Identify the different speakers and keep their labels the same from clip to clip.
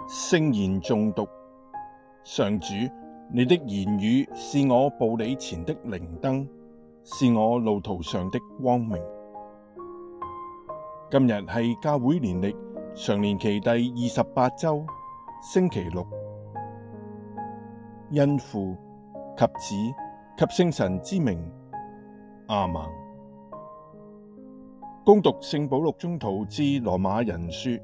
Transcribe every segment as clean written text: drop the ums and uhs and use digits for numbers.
Speaker 1: 聖言誦讀。上主，你的言語是我步履前的靈燈，是我路途上的光明。今日係教會年曆常年期第28周星期六，因父及子及聖神之名，阿們。恭讀聖保祿宗徒致羅馬人書。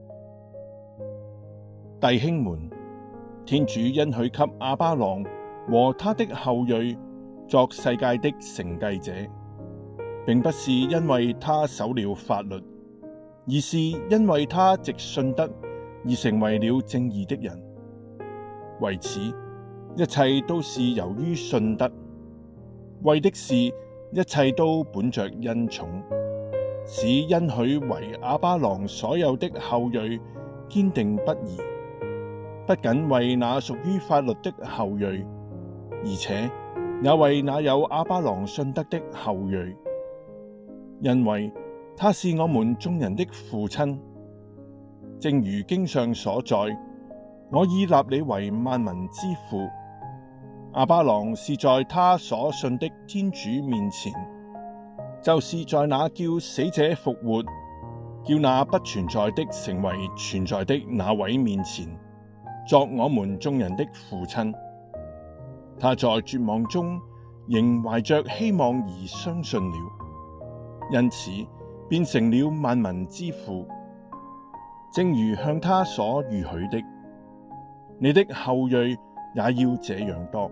Speaker 1: 弟兄們，天主恩許給亞巴郎和他的後裔作世界的承繼者，並不是因為他守了法律，而是因為他藉信德而成為了正義的人。為此，一切都是由於信德，為的是一切都本着恩寵，使恩許為亞巴郎所有的後裔堅定不移，不僅為那屬於法律的後裔，而且也為那有亞巴郎信德的後裔，因為他是我們眾人的父親。正如經上所載，我已立你為萬民之父。亞巴郎是在他所信的天主面前，就是在那叫死者復活，叫那不存在的成為存在的那位面前，作我們眾人的父親。他在絕望中仍懷着希望而相信了，因此變成了萬民之父。正如向他所預許的，你的後裔也要這樣多。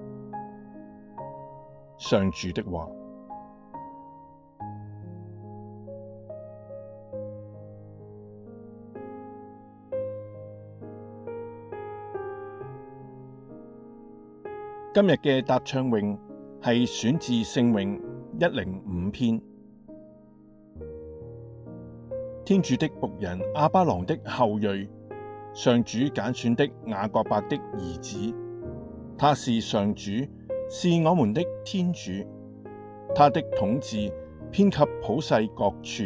Speaker 1: 上主的話。今日嘅答唱詠係選自聖詠105篇。天主的僕人亞巴郎的後裔，上主揀選的雅各伯的兒子，他是上主，是我們的天主，他的統治遍及普世各處。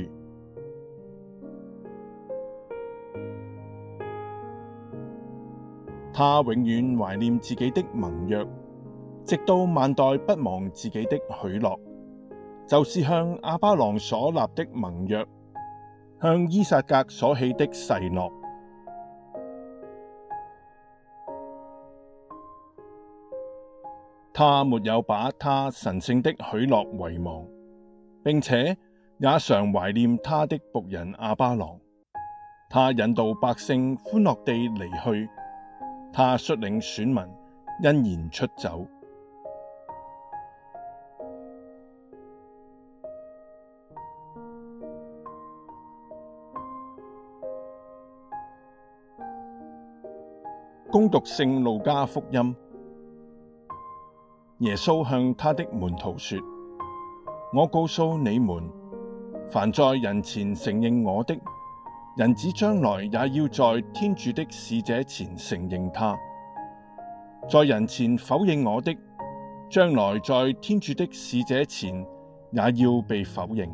Speaker 1: 他永遠懷念自己的盟約，直到萬代不忘自己的許諾，就是向亞巴郎所立的盟約，向依撒格所起的誓諾。他沒有把他神聖的許諾遺忘，並且也常懷念他的僕人亞巴郎。他引導百姓歡樂地離去，他率領選民欣然出走。恭讀聖路加福音。耶穌向他的門徒說：我告訴你們，凡在人前承認我的，人子將來也要在天主的使者前承認他；在人前否認我的，將來在天主的使者前也要被否認。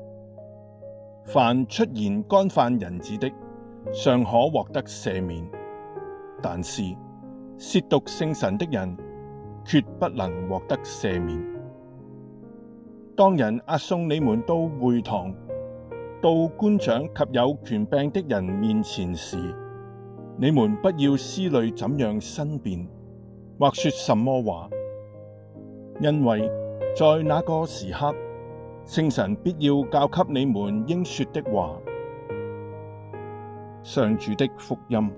Speaker 1: 凡出言干犯人子的，尚可獲得赦免，但是褻瀆聖神的人，決不能獲得赦免。當人押送你們到會堂，到官長及有權柄的人面前時，你們不要思慮怎樣申辯，或說什麼話，因為在那個時刻，聖神必要教給你們應說的話。上主的福音。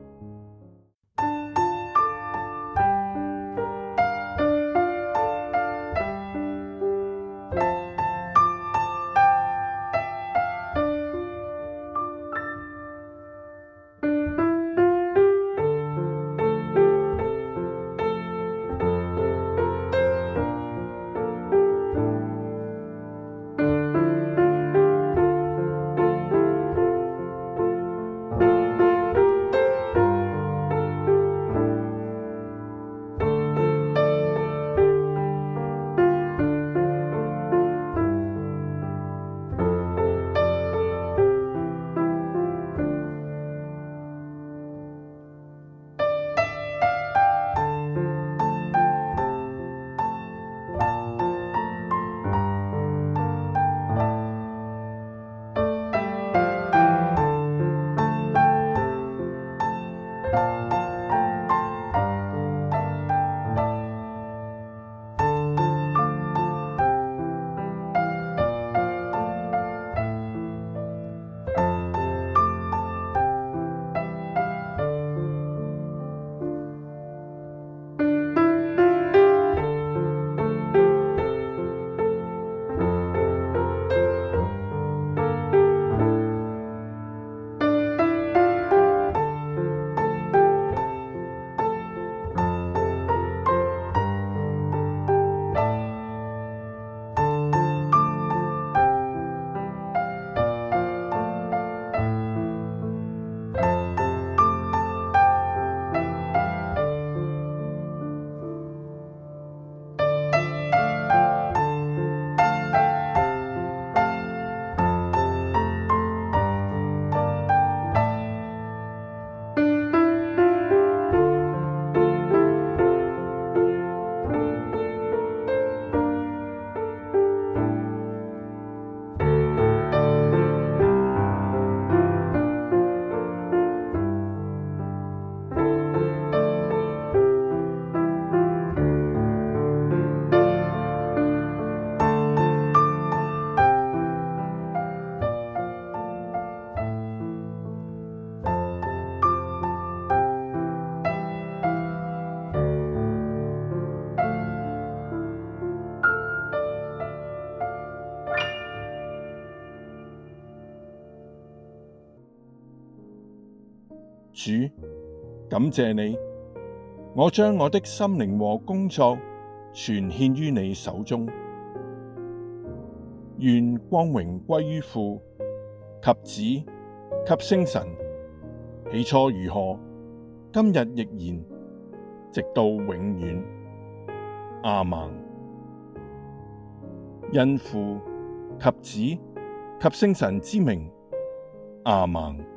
Speaker 1: 主，感謝你，我將我的心靈和工作全獻於你手中。願光榮歸於父及子及聖神，起初如何，今日亦然，直到永遠。阿們。因父及子及聖神之名。阿們。